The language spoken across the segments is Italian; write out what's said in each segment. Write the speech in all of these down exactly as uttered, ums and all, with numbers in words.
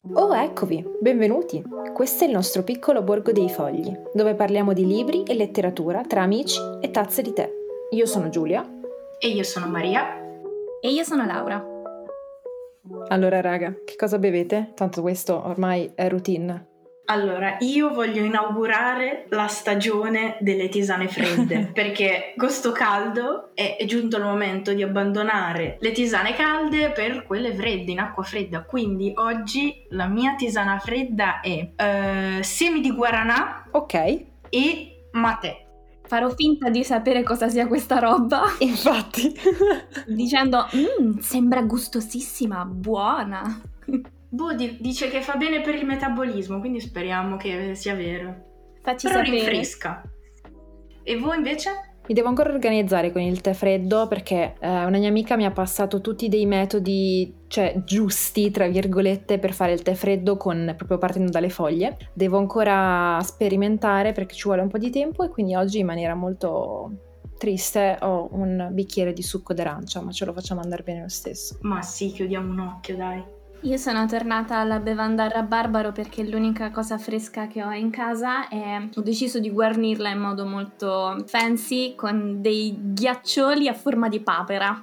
Oh, eccovi, benvenuti! Questo è il nostro piccolo borgo dei fogli, dove parliamo di libri e letteratura tra amici e tazze di tè. Io sono Giulia. E io sono Maria. E io sono Laura. Allora, raga, che cosa bevete? Tanto questo ormai è routine. Allora, io voglio inaugurare la stagione delle tisane fredde, perché con sto caldo è, è giunto il momento di abbandonare le tisane calde per quelle fredde, in acqua fredda. Quindi oggi la mia tisana fredda è uh, semi di guaranà, ok, e matè. Farò finta di sapere cosa sia questa roba. Infatti. Dicendo, mmm, sembra gustosissima, buona. Boh, dice che fa bene per il metabolismo, quindi speriamo che sia vero. Facci Però sapere. rinfresca. E voi invece? Mi devo ancora organizzare con il tè freddo perché eh, una mia amica mi ha passato tutti dei metodi, cioè giusti, tra virgolette, per fare il tè freddo con, proprio partendo dalle foglie. Devo ancora sperimentare perché ci vuole un po' di tempo e quindi oggi in maniera molto triste ho un bicchiere di succo d'arancia, ma ce lo facciamo andare bene lo stesso. Ma sì, chiudiamo un occhio, dai. Io sono tornata alla bevanda a rabarbaro perché è l'unica cosa fresca che ho in casa e ho deciso di guarnirla in modo molto fancy con dei ghiaccioli a forma di papera.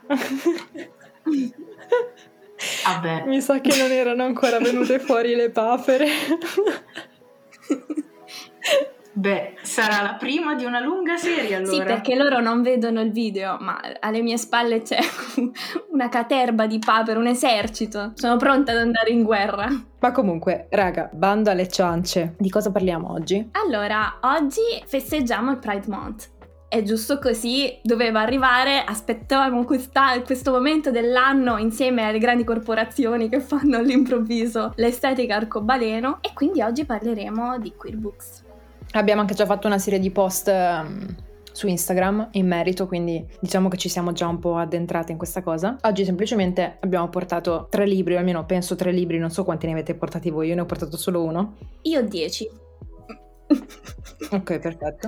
Vabbè. Mi sa che non erano ancora venute fuori le papere. Beh, sarà la prima di una lunga serie allora. Sì, perché loro non vedono il video, ma alle mie spalle c'è una caterba di papere, un esercito. Sono pronta ad andare in guerra. Ma comunque, raga, bando alle ciance. Di cosa parliamo oggi? Allora, oggi festeggiamo il Pride Month. È giusto così, doveva arrivare, aspettavamo questa, questo momento dell'anno insieme alle grandi corporazioni che fanno all'improvviso l'estetica arcobaleno e quindi oggi parleremo di queer books. Abbiamo anche già fatto una serie di post um, su Instagram in merito, quindi diciamo che ci siamo già un po' addentrate in questa cosa. Oggi semplicemente abbiamo portato tre libri, o almeno penso tre libri, non so quanti ne avete portati voi, io ne ho portato solo uno. Io dieci. Ok, perfetto.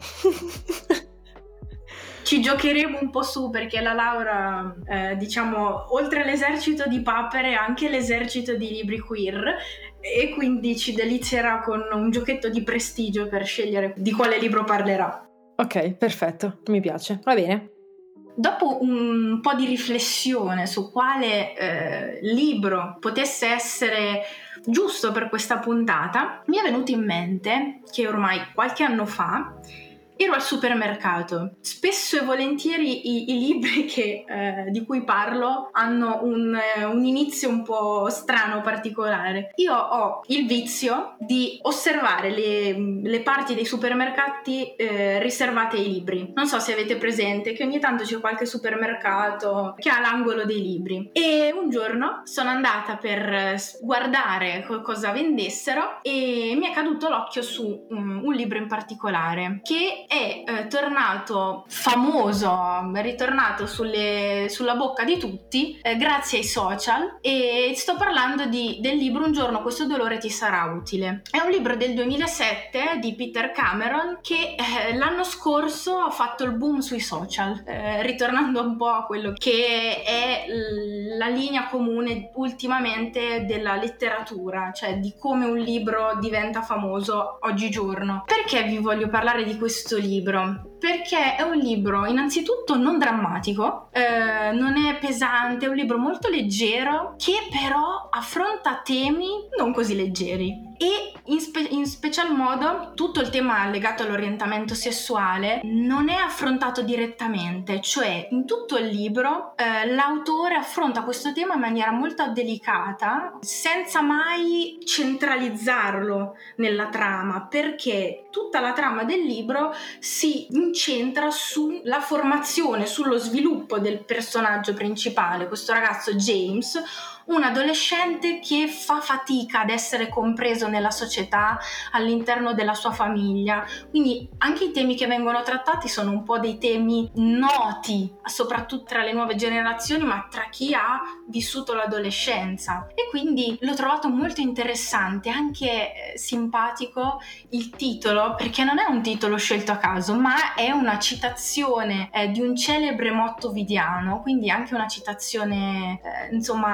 Ci giocheremo un po' su perché la Laura, eh, diciamo, oltre all'esercito di papere, anche l'esercito di libri queer e quindi ci delizierà con un giochetto di prestigio per scegliere di quale libro parlerà. Ok, perfetto, mi piace, va bene. Dopo un po' di riflessione su quale eh, libro potesse essere giusto per questa puntata, mi è venuto in mente che ormai qualche anno fa ero al supermercato. Spesso e volentieri i, i libri che, eh, di cui parlo hanno un, eh, un inizio un po' strano, particolare. Io ho il vizio di osservare le, le parti dei supermercati eh, riservate ai libri. Non so se avete presente che ogni tanto c'è qualche supermercato che ha l'angolo dei libri. E un giorno sono andata per guardare cosa vendessero e mi è caduto l'occhio su um, un libro in particolare che è eh, tornato famoso, è ritornato sulle, sulla bocca di tutti eh, grazie ai social e sto parlando di, del libro Un giorno questo dolore ti sarà utile. È un libro del duemilasette di Peter Cameron che eh, l'anno scorso ha fatto il boom sui social, eh, ritornando un po' a quello che è la linea comune ultimamente della letteratura, cioè di come un libro diventa famoso oggigiorno. Perché vi voglio parlare di questo libro? Perché è un libro innanzitutto non drammatico, eh, non è pesante, è un libro molto leggero che però affronta temi non così leggeri e in, spe- in special modo tutto il tema legato all'orientamento sessuale non è affrontato direttamente, cioè in tutto il libro eh, l'autore affronta questo tema in maniera molto delicata senza mai centralizzarlo nella trama, perché tutta la trama del libro si incentra sulla formazione, sullo sviluppo del personaggio principale, questo ragazzo James, un adolescente che fa fatica ad essere compreso nella società all'interno della sua famiglia. Quindi anche i temi che vengono trattati sono un po' dei temi noti, soprattutto tra le nuove generazioni, ma tra chi ha vissuto l'adolescenza. E quindi l'ho trovato molto interessante, anche eh, simpatico il titolo, perché non è un titolo scelto a caso, ma è una citazione eh, di un celebre motto ovidiano, quindi anche una citazione eh, insomma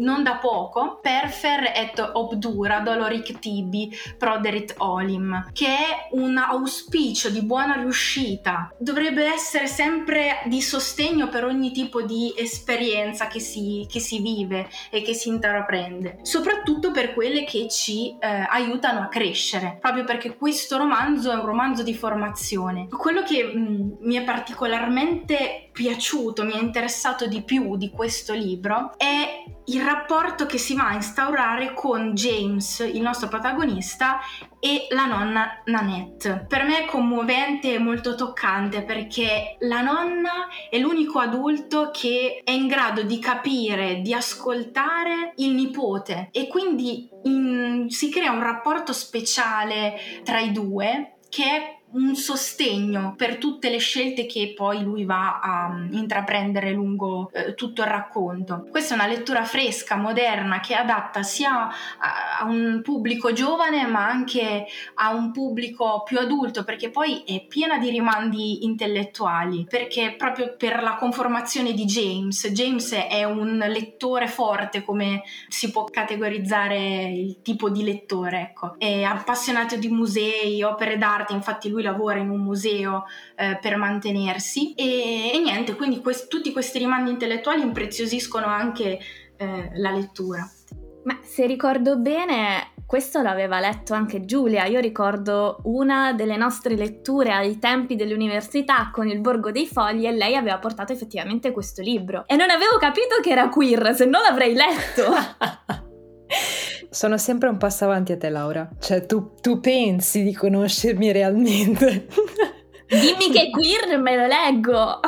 non da poco, Perfer et obdura doloric tibi proderit olim, che è un auspicio di buona riuscita, dovrebbe essere sempre di sostegno per ogni tipo di esperienza che si, che si vive e che si intraprende, soprattutto per quelle che ci eh, aiutano a crescere, proprio perché questo romanzo è un romanzo di formazione. Quello che mh, mi è particolarmente piaciuto, mi è interessato di più di questo libro è il rapporto che si va a instaurare con James, il nostro protagonista, e la nonna Nanette. Per me è commovente e molto toccante, perché la nonna è l'unico adulto che è in grado di capire, di ascoltare il nipote, e quindi in, si crea un rapporto speciale tra i due che è un sostegno per tutte le scelte che poi lui va a intraprendere lungo eh, tutto il racconto. Questa è una lettura fresca, moderna, che è adatta sia a, a un pubblico giovane ma anche a un pubblico più adulto, perché poi è piena di rimandi intellettuali, perché proprio per la conformazione di James James è un lettore forte, come si può categorizzare il tipo di lettore, ecco. È appassionato di musei, opere d'arte, infatti lui lavora in un museo eh, per mantenersi e, e niente, quindi quest- tutti questi rimandi intellettuali impreziosiscono anche eh, la lettura. Ma se ricordo bene, questo l'aveva letto anche Giulia. Io ricordo una delle nostre letture ai tempi dell'università con Il Borgo dei Fogli, e lei aveva portato effettivamente questo libro e non avevo capito che era queer, se no l'avrei letto. Sono sempre un passo avanti a te, Laura. Cioè, tu, tu pensi di conoscermi realmente? Dimmi che è queer, me lo leggo.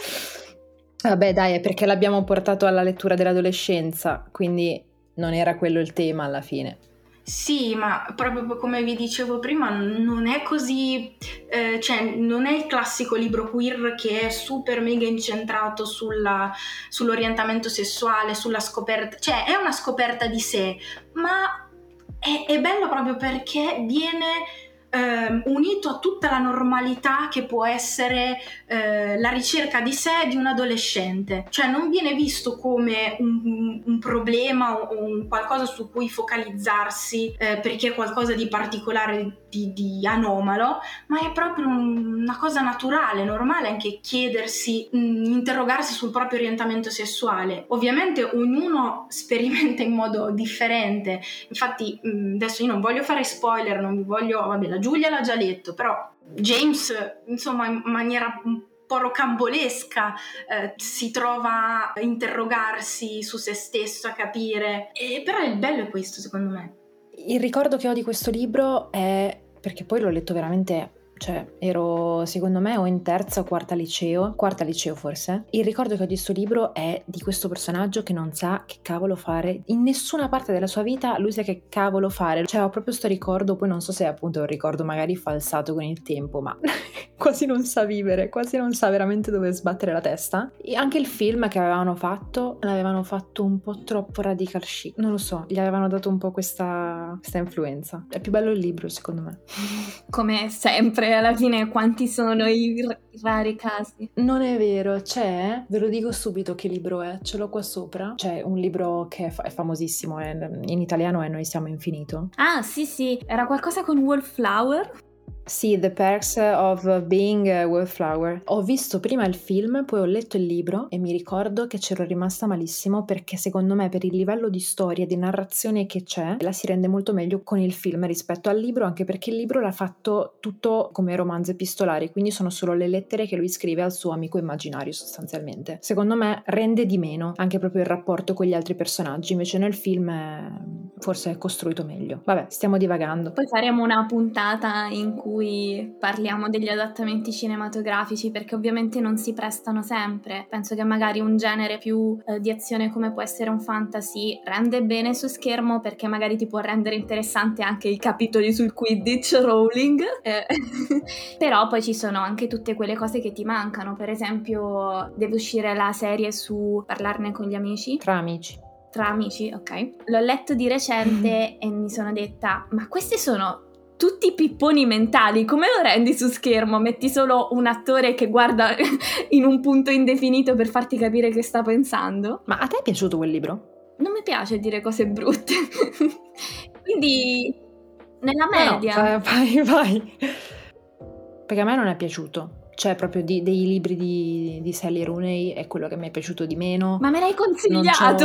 Vabbè, dai, è perché l'abbiamo portato alla lettura dell'adolescenza, quindi non era quello il tema alla fine. Sì, ma proprio come vi dicevo prima, non è così, eh, cioè non è il classico libro queer che è super mega incentrato sulla, sull'orientamento sessuale, sulla scoperta, cioè è una scoperta di sé, ma è, è bello proprio perché viene eh, unito a tutta la normalità che può essere eh, la ricerca di sé di un adolescente, cioè non viene visto come un, un problema o un qualcosa su cui focalizzarsi eh, perché è qualcosa di particolare, di, di anomalo, ma è proprio una cosa naturale, normale anche chiedersi, mh, interrogarsi sul proprio orientamento sessuale. Ovviamente ognuno sperimenta in modo differente, infatti mh, adesso io non voglio fare spoiler, non vi voglio, vabbè, la Giulia l'ha già letto, però James insomma in maniera un po' rocambolesca eh, si trova a interrogarsi su se stesso, a capire, e però il bello è questo, secondo me. Il ricordo che ho di questo libro è, perché poi l'ho letto veramente, cioè ero secondo me o in terza o quarta liceo, quarta liceo forse. Il ricordo che ho di questo libro è di questo personaggio che non sa che cavolo fare. In nessuna parte della sua vita lui sa che cavolo fare. Cioè ho proprio sto ricordo, poi non so se è appunto un ricordo magari falsato con il tempo, ma quasi non sa vivere, quasi non sa veramente dove sbattere la testa. E anche il film che avevano fatto, l'avevano fatto un po' troppo radical chic, non lo so, gli avevano dato un po' questa, questa influenza. È più bello il libro secondo me. Come sempre, alla fine quanti sono i r- rari casi. Non è vero, c'è, ve lo dico subito che libro è, ce l'ho qua sopra. C'è un libro che è, fa- è famosissimo, è, in italiano è Noi siamo infinito. Ah sì sì, era qualcosa con Wallflower? Sì, The Perks of Being a Wallflower. Ho visto prima il film, poi ho letto il libro e mi ricordo che c'ero rimasta malissimo perché secondo me per il livello di storia e di narrazione che c'è la si rende molto meglio con il film rispetto al libro, anche perché il libro l'ha fatto tutto come romanzo epistolare, quindi sono solo le lettere che lui scrive al suo amico immaginario sostanzialmente. Secondo me rende di meno anche proprio il rapporto con gli altri personaggi, invece nel film è... forse è costruito meglio. Vabbè, stiamo divagando. Poi faremo una puntata in cui parliamo degli adattamenti cinematografici, perché ovviamente non si prestano sempre. Penso che magari un genere più eh, di azione come può essere un fantasy rende bene su schermo, perché magari ti può rendere interessante anche i capitoli sul Quidditch Rowling, eh, però poi ci sono anche tutte quelle cose che ti mancano. Per esempio deve uscire la serie su Parlarne con gli amici. Tra amici. Tra amici, ok. L'ho letto di recente e mi sono detta, ma questi sono tutti pipponi mentali, come lo rendi su schermo? Metti solo un attore che guarda in un punto indefinito per farti capire che sta pensando? Ma a te è piaciuto quel libro? Non mi piace dire cose brutte. Quindi nella media. No, no, vai, vai. Perché a me non è piaciuto. Cioè, proprio di, dei libri di, di Sally Rooney è quello che mi è piaciuto di meno. Ma me l'hai consigliato.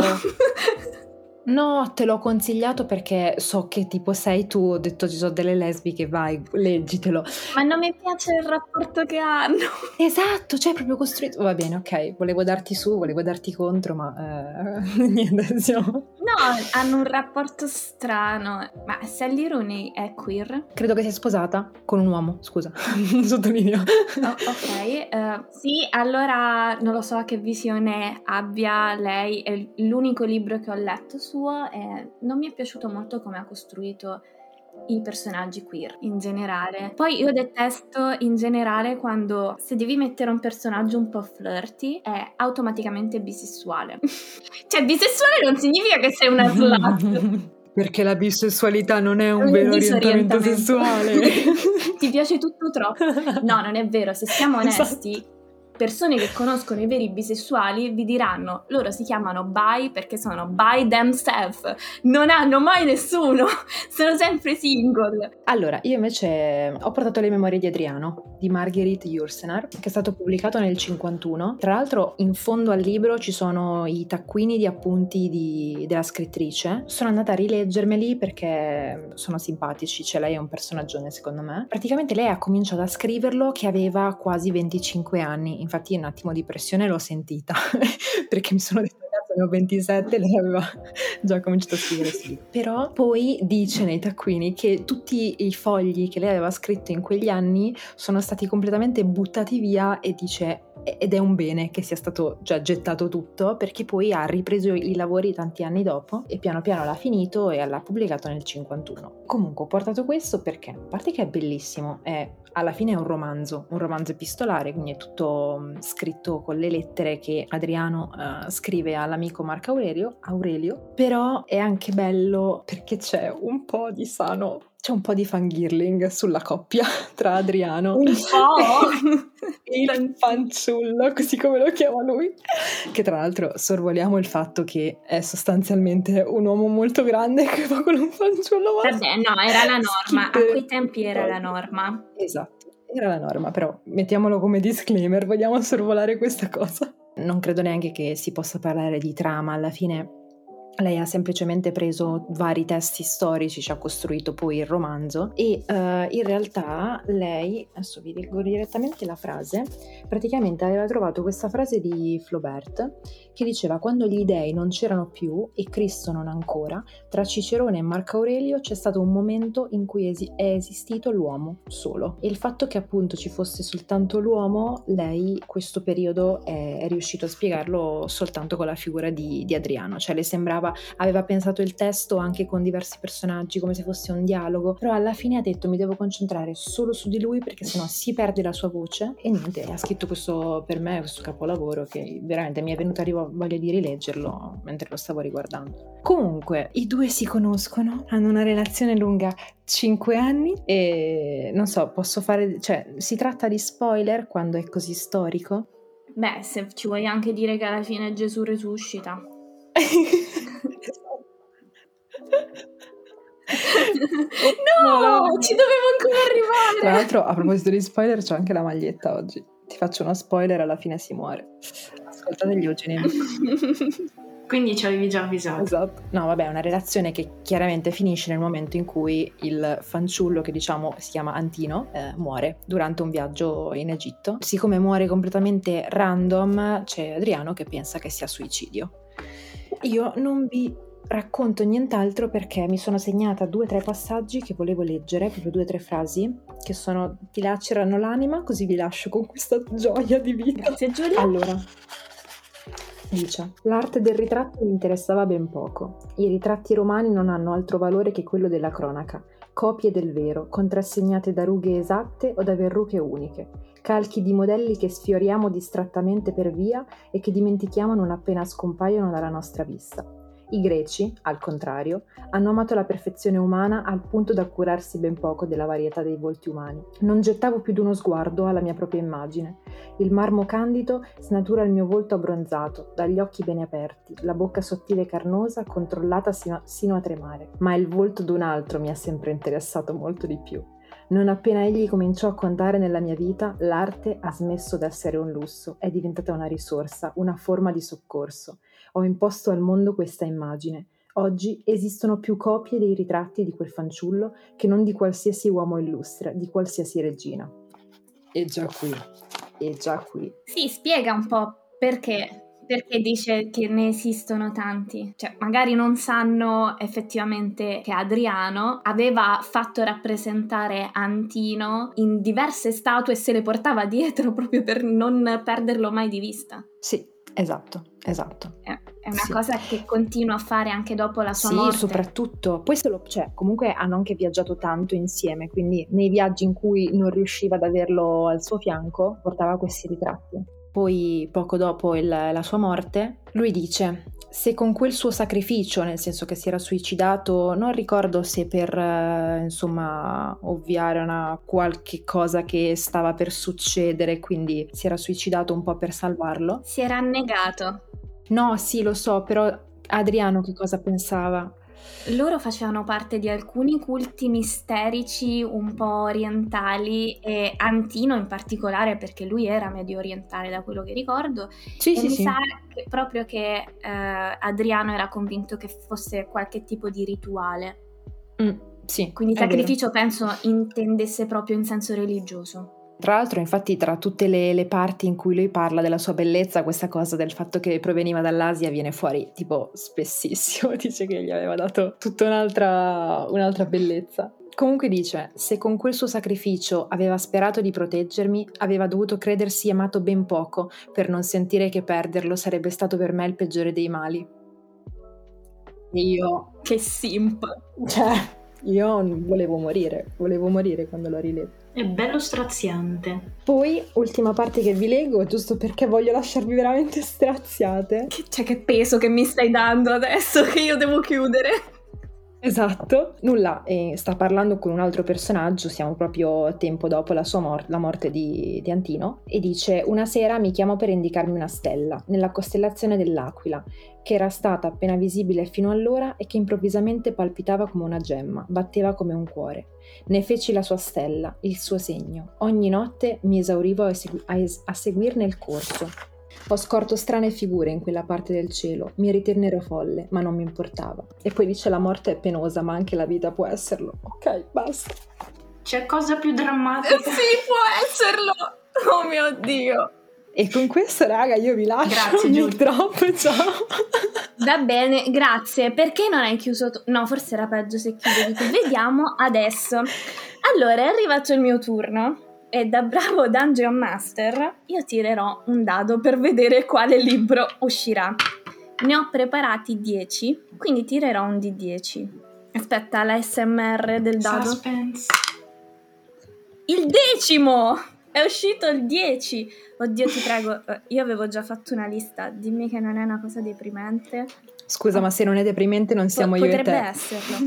No, te l'ho consigliato perché so che tipo sei tu, ho detto ci sono delle lesbiche, vai, leggitelo. Ma non mi piace il rapporto che hanno. Esatto, cioè proprio costruito. Va bene, ok, volevo darti su, volevo darti contro, ma eh, niente, siamo... No, hanno un rapporto strano. Ma Sally Rooney è queer? Credo che sia sposata con un uomo, scusa, sottolineo. Oh, ok, uh, sì, allora non lo so che visione abbia lei, è l'unico libro che ho letto suo e non mi è piaciuto molto come ha costruito i personaggi queer in generale. Poi io detesto in generale quando se devi mettere un personaggio un po' flirty è automaticamente bisessuale. Cioè bisessuale non significa che sei una slut. Perché la bisessualità non è un vero orientamento sessuale. Ti piace tutto troppo. No, non è vero, se siamo onesti, esatto. Persone che conoscono i veri bisessuali vi diranno loro si chiamano bi perché sono by themselves, non hanno mai nessuno, sono sempre single. Allora, io invece ho portato le memorie di Adriano di Marguerite Yourcenar, che è stato pubblicato nel cinquantuno. Tra l'altro in fondo al libro ci sono i taccuini di appunti di, della scrittrice. Sono andata a rileggermeli perché sono simpatici, cioè lei è un personaggione secondo me. Praticamente lei ha cominciato a scriverlo che aveva quasi venticinque anni. Infatti un attimo di pressione l'ho sentita perché mi sono detto ragazzi ne ho ventisette, lei aveva già cominciato a scrivere questo libro. Però poi dice nei taccuini che tutti i fogli che lei aveva scritto in quegli anni sono stati completamente buttati via e dice ed è un bene che sia stato già gettato tutto perché poi ha ripreso i lavori tanti anni dopo e piano piano l'ha finito e l'ha pubblicato nel cinquantuno. Comunque ho portato questo perché a parte che è bellissimo, è alla fine è un romanzo, un romanzo epistolare, quindi è tutto um, scritto con le lettere che Adriano uh, scrive all'amico Marco Aurelio, Aurelio, però è anche bello perché c'è un po' di sano, c'è un po' di fangirling sulla coppia tra Adriano un po' e il fanciullo, così come lo chiama lui, che tra l'altro sorvoliamo il fatto che è sostanzialmente un uomo molto grande che va con un fanciullo. Vabbè, no, era la norma, a quei tempi era la norma. Esatto, era la norma, però mettiamolo come disclaimer, vogliamo sorvolare questa cosa. Non credo neanche che si possa parlare di trama, alla fine lei ha semplicemente preso vari testi storici, ci ha costruito poi il romanzo e uh, in realtà lei, adesso vi leggo direttamente la frase, praticamente aveva trovato questa frase di Flaubert che diceva: quando gli dei non c'erano più e Cristo non ancora, tra Cicerone e Marco Aurelio c'è stato un momento in cui esi- è esistito l'uomo solo, e il fatto che appunto ci fosse soltanto l'uomo, lei questo periodo è, è riuscito a spiegarlo soltanto con la figura di, di Adriano, cioè le sembrava, aveva pensato il testo anche con diversi personaggi come se fosse un dialogo, però alla fine ha detto mi devo concentrare solo su di lui perché sennò si perde la sua voce, e niente, ha scritto questo, per me questo capolavoro che veramente mi è venuta voglia di rileggerlo mentre lo stavo riguardando. Comunque i due si conoscono, hanno una relazione lunga cinque anni e non so, posso fare, cioè si tratta di spoiler quando è così storico? Beh, se ci vuoi anche dire che alla fine Gesù risuscita. No, no, ci dovevo ancora arrivare. Tra l'altro, a proposito di spoiler, c'ho anche la maglietta oggi. Ti faccio uno spoiler, alla fine si muore. Ascoltate gli Eugeni. Quindi ci avevi già avvisato. Esatto. No, vabbè, è una relazione che chiaramente finisce nel momento in cui il fanciullo, che diciamo si chiama Antino, eh, muore durante un viaggio in Egitto. Siccome muore completamente random, c'è Adriano che pensa che sia suicidio. Io non vi racconto nient'altro perché mi sono segnata due o tre passaggi che volevo leggere, proprio due o tre frasi che sono, ti lacerano l'anima, così vi lascio con questa gioia di vita. Grazie Giulia. Allora, dice: l'arte del ritratto mi interessava ben poco. I ritratti romani non hanno altro valore che quello della cronaca, copie del vero, contrassegnate da rughe esatte o da verruche uniche, calchi di modelli che sfioriamo distrattamente per via e che dimentichiamo non appena scompaiono dalla nostra vista. I greci, al contrario, hanno amato la perfezione umana al punto da curarsi ben poco della varietà dei volti umani. Non gettavo più di uno sguardo alla mia propria immagine. Il marmo candido snatura il mio volto abbronzato, dagli occhi bene aperti, la bocca sottile e carnosa, controllata sino a, sino a tremare. Ma il volto d'un altro mi ha sempre interessato molto di più. Non appena egli cominciò a contare nella mia vita, l'arte ha smesso d'essere un lusso, è diventata una risorsa, una forma di soccorso. Ho imposto al mondo questa immagine. Oggi esistono più copie dei ritratti di quel fanciullo che non di qualsiasi uomo illustre, di qualsiasi regina. E già qui, e già qui. Sì, spiega un po' perché. Perché dice che ne esistono tanti. Cioè, magari non sanno effettivamente che Adriano aveva fatto rappresentare Antino in diverse statue e se le portava dietro proprio per non perderlo mai di vista. Sì, esatto, esatto. È, è una Sì. cosa che continua a fare anche dopo la sua sì, morte. Sì, soprattutto. Poi se lo, cioè, comunque hanno anche viaggiato tanto insieme, quindi nei viaggi in cui non riusciva ad averlo al suo fianco, portava questi ritratti. Poi, poco dopo il, la sua morte, lui dice: se con quel suo sacrificio, nel senso che si era suicidato, non ricordo se per, eh, insomma, ovviare a una qualche cosa che stava per succedere, quindi si era suicidato un po' per salvarlo. Si era annegato. No, sì, lo so, però Adriano che cosa pensava? Loro facevano parte di alcuni culti misterici un po' orientali e Antino in particolare, perché lui era medio orientale da quello che ricordo. Sì, e sì, mi sì. sa che proprio che eh, Adriano era convinto che fosse qualche tipo di rituale. Mm, sì, Quindi è sacrificio vero. penso intendesse proprio in senso religioso. Tra l'altro, infatti, tra tutte le, le parti in cui lui parla della sua bellezza, questa cosa del fatto che proveniva dall'Asia viene fuori tipo spessissimo. Dice che gli aveva dato tutta un'altra, un'altra bellezza. Comunque dice: se con quel suo sacrificio aveva sperato di proteggermi, aveva dovuto credersi amato ben poco per non sentire che perderlo sarebbe stato per me il peggiore dei mali. E io... Che simp! Cioè, io volevo morire, volevo morire quando l'ho riletto. È bello straziante. Poi, ultima parte che vi leggo, giusto perché voglio lasciarvi veramente straziate. Che, cioè, che peso che mi stai dando adesso che io devo chiudere. Esatto. Nulla, eh, sta parlando con un altro personaggio, siamo proprio tempo dopo la sua mor- la morte di, di Antino, e dice: una sera mi chiamò per indicarmi una stella, nella costellazione dell'Aquila, che era stata appena visibile fino allora e che improvvisamente palpitava come una gemma, batteva come un cuore. Ne feci la sua stella, il suo segno. Ogni notte mi esaurivo a, esegu- a, es- a seguirne il corso. Ho scorto strane figure in quella parte del cielo, mi ritenero folle, ma non mi importava. E poi dice: la morte è penosa, ma anche la vita può esserlo. Ok, basta. C'è cosa più drammatica? Sì, può esserlo! Oh mio Dio! E con questo, raga, io vi lascio. Grazie, il Giulia. drop, ciao. Va bene, grazie. Perché non hai chiuso tu? No, forse era peggio se chiudevi tu. Vediamo adesso. Allora, è arrivato il mio turno e da bravo Dungeon Master io tirerò un dado per vedere quale libro uscirà. Ne ho preparati dieci, quindi tirerò un di dieci. Aspetta, la S M R del dado. Suspense. Il decimo! È uscito il dieci! Oddio, ti prego, io avevo già fatto una lista, dimmi che non è una cosa deprimente. Scusa, ma se non è deprimente non siamo Po- io e te. potrebbe esserlo.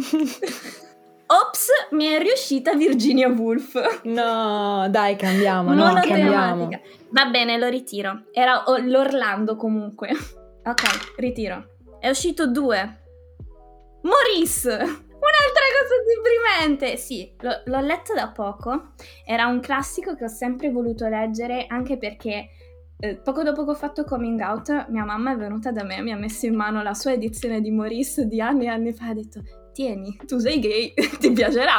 Ops, mi è riuscita Virginia Woolf. No, dai, cambiamo, no, Monotematica. cambiamo. Va bene, lo ritiro. Era oh, l'Orlando comunque. Ok, ritiro. È uscito due. Maurice! Un'altra cosa deprimente! Sì, lo, l'ho letto da poco. Era un classico che ho sempre voluto leggere, anche perché eh, poco dopo che ho fatto coming out, mia mamma è venuta da me, mi ha messo in mano la sua edizione di Maurice di anni e anni fa e ha detto: tieni, tu sei gay, ti piacerà.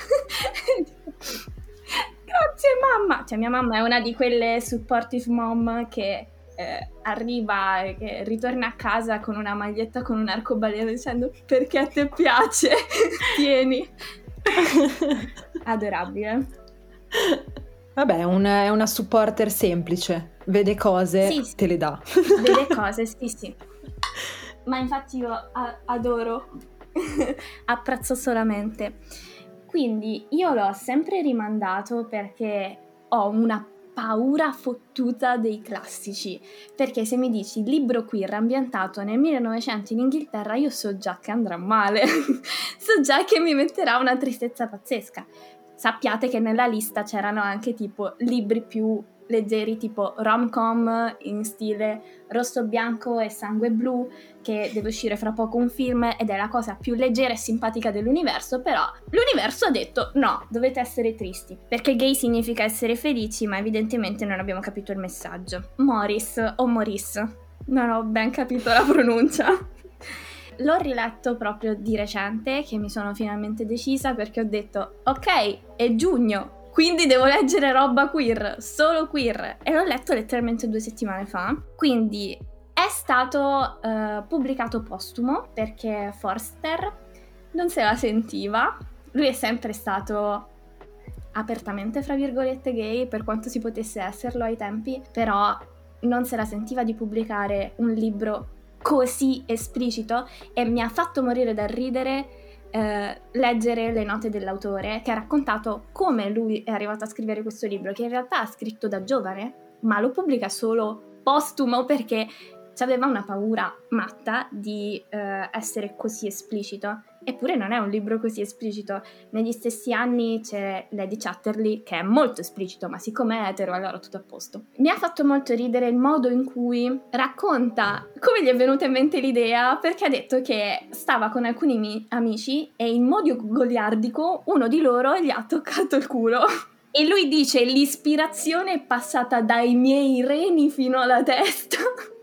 Grazie mamma! Cioè mia mamma è una di quelle supportive mom che eh, arriva e che ritorna a casa con una maglietta con un arcobaleno dicendo: perché a te piace, tieni. Adorabile. Vabbè, è, un, è una supporter semplice, vede cose, Sì, sì. te le dà. Vede cose, sì sì. Ma infatti io a- adoro, apprezzo solamente. Quindi io l'ho sempre rimandato perché ho una paura fottuta dei classici, perché se mi dici libro queer ambientato nel millenovecento in Inghilterra, io so già che andrà male, so già che mi metterà una tristezza pazzesca. Sappiate che nella lista c'erano anche tipo libri più leggeri, tipo rom-com in stile Rosso Bianco e Sangue Blu, che deve uscire fra poco un film ed è la cosa più leggera e simpatica dell'universo, però l'universo ha detto no, dovete essere tristi, perché gay significa essere felici, ma evidentemente non abbiamo capito il messaggio. Morris o Maurice, non ho ben capito la pronuncia. L'ho riletto proprio di recente, che mi sono finalmente decisa, perché ho detto ok, è giugno, quindi devo leggere roba queer, solo queer, e l'ho letto letteralmente due settimane fa. Quindi è stato uh, pubblicato postumo, perché Forster non se la sentiva. Lui è sempre stato apertamente, fra virgolette, gay, per quanto si potesse esserlo ai tempi, però non se la sentiva di pubblicare un libro così esplicito, e mi ha fatto morire dal ridere eh, leggere le note dell'autore, che ha raccontato come lui è arrivato a scrivere questo libro, che in realtà ha scritto da giovane, ma lo pubblica solo postumo perché aveva una paura matta di eh, essere così esplicito. Eppure non è un libro così esplicito. Negli stessi anni c'è Lady Chatterley, che è molto esplicito, ma siccome è etero allora tutto a posto. Mi ha fatto molto ridere il modo in cui racconta come gli è venuta in mente l'idea, perché ha detto che stava con alcuni mi- amici e in modo goliardico uno di loro gli ha toccato il culo. E lui dice: l'ispirazione è passata dai miei reni fino alla testa.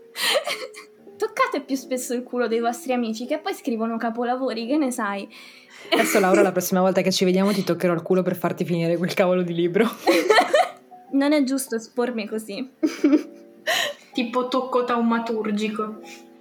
Toccate più spesso il culo dei vostri amici, che poi scrivono capolavori, che ne sai? Adesso Laura, la prossima volta che ci vediamo ti toccherò il culo per farti finire quel cavolo di libro. Non è giusto espormi così. Tipo tocco taumaturgico.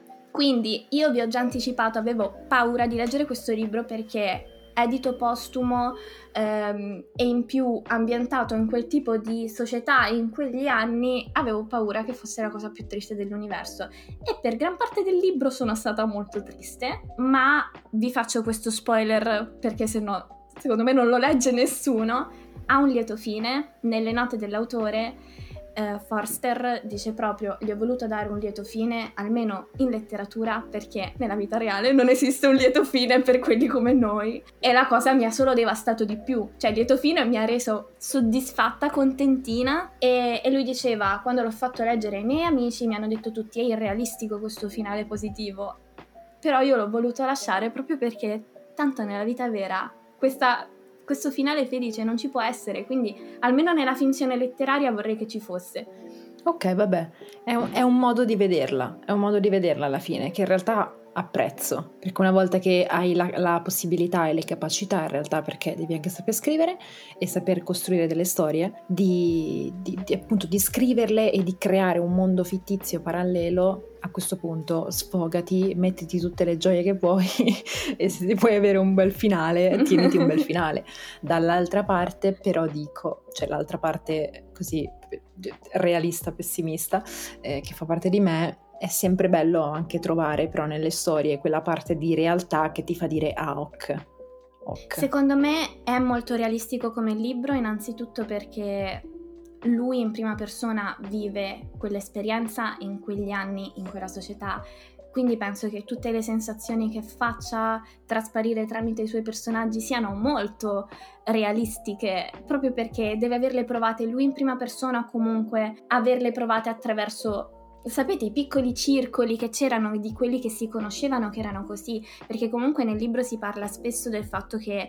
Quindi io vi ho già anticipato, avevo paura di leggere questo libro perché edito postumo ehm, e in più ambientato in quel tipo di società in quegli anni, avevo paura che fosse la cosa più triste dell'universo, e per gran parte del libro sono stata molto triste, ma vi faccio questo spoiler perché sennò secondo me non lo legge nessuno. Ha un lieto fine. Nelle note dell'autore Uh, Forster dice proprio: gli ho voluto dare un lieto fine, almeno in letteratura, perché nella vita reale non esiste un lieto fine per quelli come noi, e la cosa mi ha solo devastato di più. Cioè il lieto fine mi ha reso soddisfatta, contentina, e, e lui diceva: quando l'ho fatto leggere ai miei amici mi hanno detto tutti è irrealistico questo finale positivo, però io l'ho voluto lasciare proprio perché tanto nella vita vera questa questo finale felice non ci può essere, quindi almeno nella finzione letteraria vorrei che ci fosse. Ok, vabbè, è un, è un modo di vederla, è un modo di vederla alla fine, che in realtà apprezzo, perché una volta che hai la, la possibilità e le capacità, in realtà, perché devi anche saper scrivere e saper costruire delle storie, di, di, di appunto di scriverle e di creare un mondo fittizio parallelo. A questo punto sfogati, mettiti tutte le gioie che vuoi e se ti puoi avere un bel finale, tieniti un bel finale. Dall'altra parte però dico, cioè l'altra parte così realista, pessimista, eh, che fa parte di me, è sempre bello anche trovare però nelle storie quella parte di realtà che ti fa dire ah ok. ok. Secondo me è molto realistico come libro, innanzitutto perché lui in prima persona vive quell'esperienza in quegli anni, in quella società, quindi penso che tutte le sensazioni che faccia trasparire tramite i suoi personaggi siano molto realistiche, proprio perché deve averle provate lui in prima persona, o comunque averle provate attraverso, sapete, i piccoli circoli che c'erano di quelli che si conoscevano che erano così, perché comunque nel libro si parla spesso del fatto che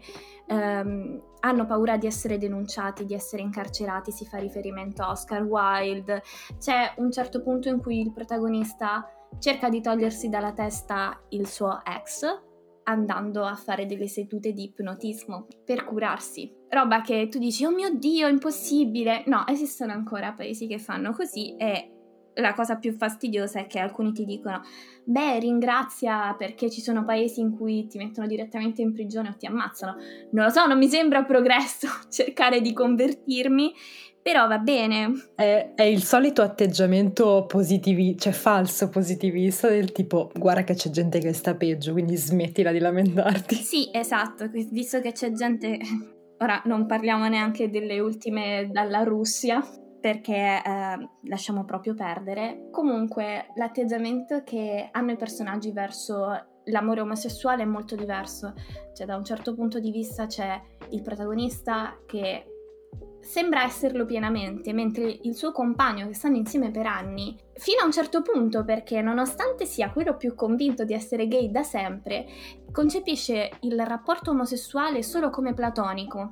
um, hanno paura di essere denunciati, di essere incarcerati, si fa riferimento a Oscar Wilde. C'è un certo punto in cui il protagonista cerca di togliersi dalla testa il suo ex andando a fare delle sedute di ipnotismo per curarsi. Roba che tu dici, oh mio Dio, impossibile! No, esistono ancora paesi che fanno così, e la cosa più fastidiosa è che alcuni ti dicono beh, ringrazia perché ci sono paesi in cui ti mettono direttamente in prigione o ti ammazzano. Non lo so, non mi sembra progresso cercare di convertirmi, però va bene. È, è il solito atteggiamento positivi, cioè falso positivista, del tipo guarda che c'è gente che sta peggio, quindi smettila di lamentarti. Sì, esatto, visto che c'è gente... Ora non parliamo neanche delle ultime dalla Russia, perché eh, lasciamo proprio perdere. Comunque l'atteggiamento che hanno i personaggi verso l'amore omosessuale è molto diverso. Cioè, da un certo punto di vista c'è il protagonista che sembra esserlo pienamente, mentre il suo compagno, che stanno insieme per anni, fino a un certo punto, perché nonostante sia quello più convinto di essere gay da sempre, concepisce il rapporto omosessuale solo come platonico.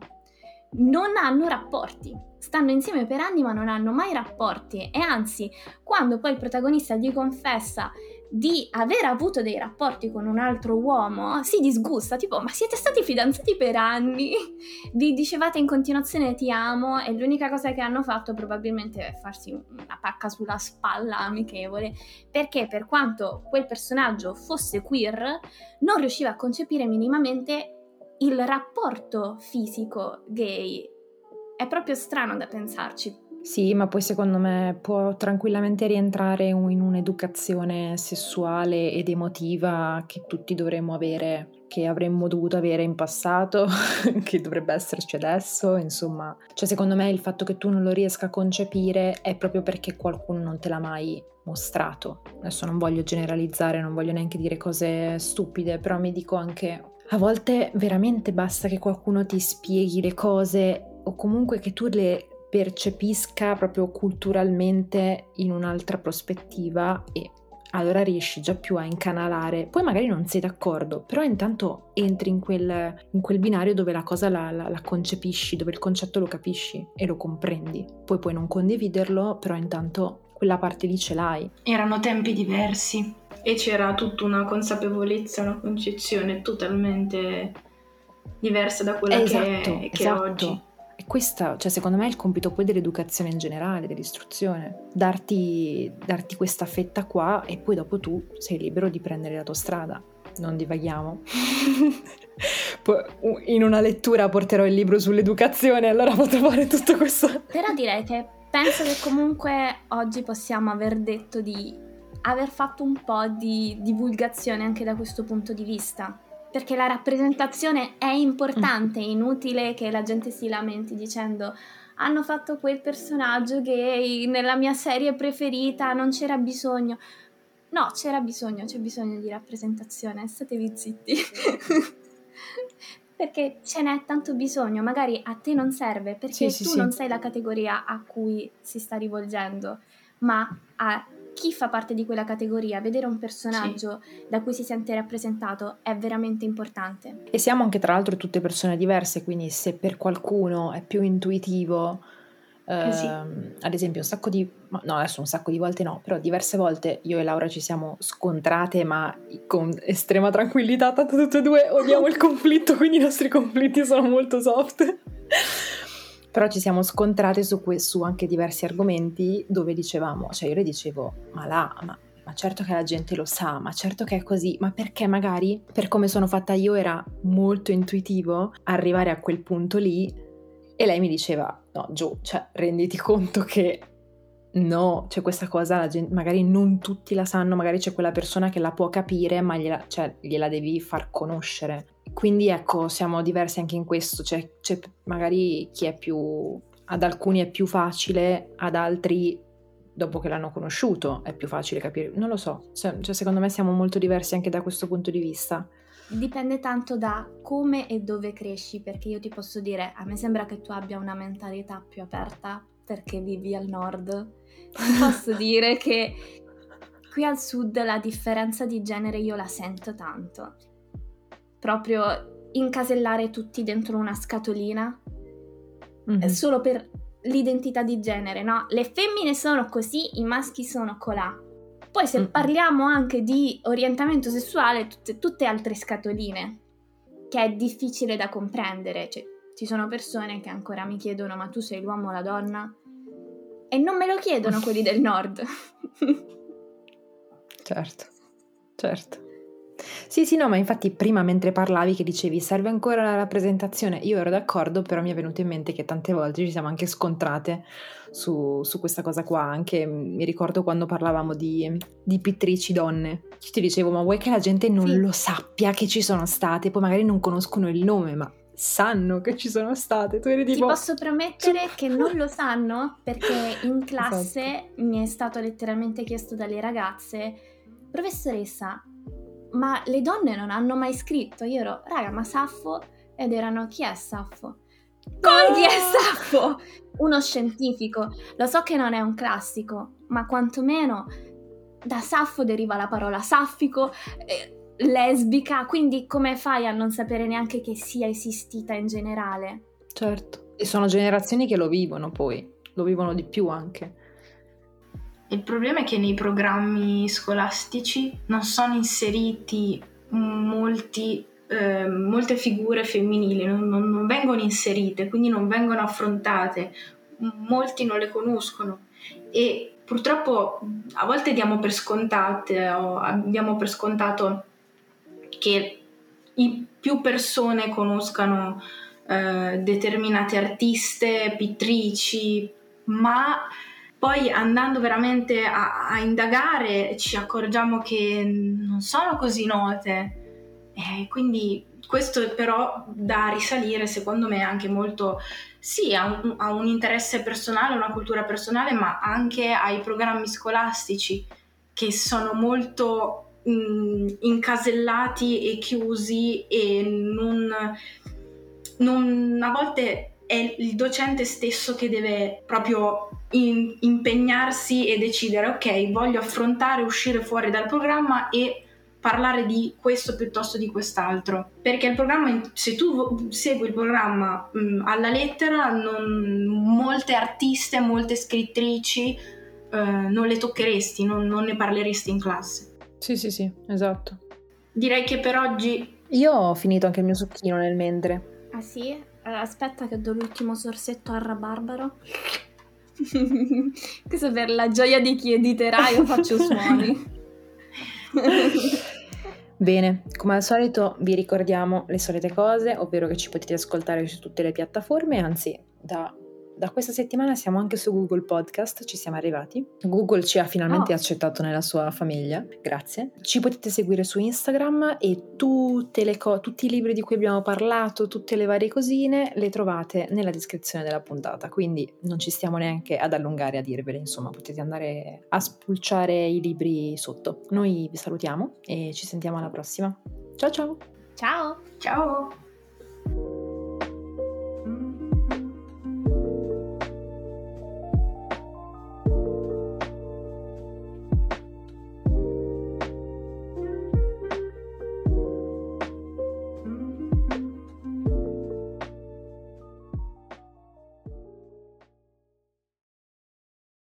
Non hanno rapporti, stanno insieme per anni ma non hanno mai rapporti, e anzi, quando poi il protagonista gli confessa di aver avuto dei rapporti con un altro uomo, si disgusta, tipo, ma siete stati fidanzati per anni, vi dicevate in continuazione ti amo e l'unica cosa che hanno fatto probabilmente è farsi una pacca sulla spalla amichevole, perché per quanto quel personaggio fosse queer non riusciva a concepire minimamente il rapporto fisico gay. È proprio strano da pensarci. Sì, ma poi secondo me può tranquillamente rientrare in un'educazione sessuale ed emotiva che tutti dovremmo avere, che avremmo dovuto avere in passato, che dovrebbe esserci adesso, insomma. Cioè, secondo me il fatto che tu non lo riesca a concepire è proprio perché qualcuno non te l'ha mai mostrato. Adesso non voglio generalizzare, non voglio neanche dire cose stupide, però mi dico anche, a volte veramente basta che qualcuno ti spieghi le cose o comunque che tu le percepisca proprio culturalmente in un'altra prospettiva e allora riesci già più a incanalare. Poi magari non sei d'accordo, però intanto entri in quel, in quel binario dove la cosa la, la, la concepisci, dove il concetto lo capisci e lo comprendi. Poi puoi non condividerlo, però intanto quella parte lì ce l'hai. Erano tempi diversi e c'era tutta una consapevolezza, una concezione totalmente diversa da quella esatto, che, che esatto. è oggi. E questa, cioè secondo me è il compito poi dell'educazione in generale, dell'istruzione, darti, darti questa fetta qua e poi dopo tu sei libero di prendere la tua strada. Non divaghiamo. In una lettura porterò il libro sull'educazione, allora potrò fare tutto questo. Però direi che penso che comunque oggi possiamo aver detto di aver fatto un po' di divulgazione anche da questo punto di vista. Perché la rappresentazione è importante, è inutile che la gente si lamenti dicendo hanno fatto quel personaggio gay nella mia serie preferita, non c'era bisogno. No, c'era bisogno, c'è bisogno di rappresentazione, statevi zitti. Perché ce n'è tanto bisogno, magari a te non serve, perché sì, tu sì, non sì. sei la categoria a cui si sta rivolgendo, ma a chi fa parte di quella categoria, vedere un personaggio sì. da cui si sente rappresentato è veramente importante. E siamo anche tra l'altro tutte persone diverse, quindi se per qualcuno è più intuitivo, ehm, eh sì. ad esempio un sacco di, no adesso un sacco di volte no, però diverse volte io e Laura ci siamo scontrate ma con estrema tranquillità, tanto tutte e due odiamo il conflitto, quindi i nostri conflitti sono molto soft. Però ci siamo scontrate su, que- su anche diversi argomenti dove dicevamo, cioè io le dicevo, ma là, ma, ma certo che la gente lo sa, ma certo che è così, ma perché magari, per come sono fatta io, era molto intuitivo arrivare a quel punto lì e lei mi diceva, no Gio, cioè renditi conto che no, c'è questa cosa, la gente, magari non tutti la sanno, magari c'è quella persona che la può capire, ma gliela, cioè, gliela devi far conoscere. Quindi ecco, siamo diversi anche in questo, cioè c'è magari chi è più, ad alcuni è più facile, ad altri dopo che l'hanno conosciuto è più facile capire, non lo so, cioè, cioè secondo me siamo molto diversi anche da questo punto di vista. Dipende tanto da come e dove cresci, perché io ti posso dire, a me sembra che tu abbia una mentalità più aperta perché vivi al nord. Ti posso dire che qui al sud la differenza di genere io la sento tanto. Proprio incasellare tutti dentro una scatolina mm-hmm. solo per l'identità di genere, no? Le femmine sono così, i maschi sono colà. Poi se mm-hmm. parliamo anche di orientamento sessuale, tutte, tutte altre scatoline, che è difficile da comprendere. Cioè, ci sono persone che ancora mi chiedono, ma tu sei l'uomo o la donna? E non me lo chiedono quelli del nord. Certo, certo. Sì, sì, no, ma infatti prima mentre parlavi che dicevi serve ancora la rappresentazione, io ero d'accordo, però mi è venuto in mente che tante volte ci siamo anche scontrate su, su questa cosa qua, anche mi ricordo quando parlavamo di, di pittrici donne, io ti dicevo ma vuoi che la gente non sì. lo sappia che ci sono state, poi magari non conoscono il nome, ma sanno che ci sono state. Tu eri tipo... Ti posso promettere che non lo sanno, perché in classe esatto. mi è stato letteralmente chiesto dalle ragazze: professoressa, ma le donne non hanno mai scritto? Io ero, raga, ma Saffo? Ed erano, chi è Saffo? Come chi è Saffo? Uno scientifico. Lo so che non è un classico, ma quantomeno da Saffo deriva la parola saffico, eh, lesbica, quindi come fai a non sapere neanche che sia esistita in generale? Certo, e sono generazioni che lo vivono, poi lo vivono di più anche. Il problema è che nei programmi scolastici non sono inseriti molti, eh, molte figure femminili, non, non, non vengono inserite, quindi non vengono affrontate, molti non le conoscono e purtroppo a volte diamo per scontate o abbiamo per scontato che i più persone conoscano eh, determinate artiste, pittrici, ma poi andando veramente a, a indagare ci accorgiamo che non sono così note, eh, quindi questo però da risalire secondo me anche molto sì a un, a un interesse personale, una cultura personale, ma anche ai programmi scolastici che sono molto mh, incasellati e chiusi e non, non a volte è il docente stesso che deve proprio in, impegnarsi e decidere ok, voglio affrontare, uscire fuori dal programma e parlare di questo piuttosto di quest'altro, perché il programma, se tu segui il programma mh, alla lettera, non, molte artiste, molte scrittrici eh, non le toccheresti, non, non ne parleresti in classe. Sì sì sì, esatto. Direi che per oggi io ho finito anche il mio succhino nel mentre. Ah sì? Aspetta che do l'ultimo sorsetto al rabarbaro. Questo per la gioia di chi editerà, io faccio suoni. Bene, come al solito vi ricordiamo le solite cose, ovvero che ci potete ascoltare su tutte le piattaforme, anzi da, da questa settimana siamo anche su Google Podcast, ci siamo arrivati. Google ci ha finalmente Oh. accettato nella sua famiglia, grazie. Ci potete seguire su Instagram e tutte le co- tutti i libri di cui abbiamo parlato, tutte le varie cosine, le trovate nella descrizione della puntata, quindi non ci stiamo neanche ad allungare a dirvele, insomma potete andare a spulciare i libri sotto. Noi vi salutiamo e ci sentiamo alla prossima. Ciao ciao! Ciao! ciao!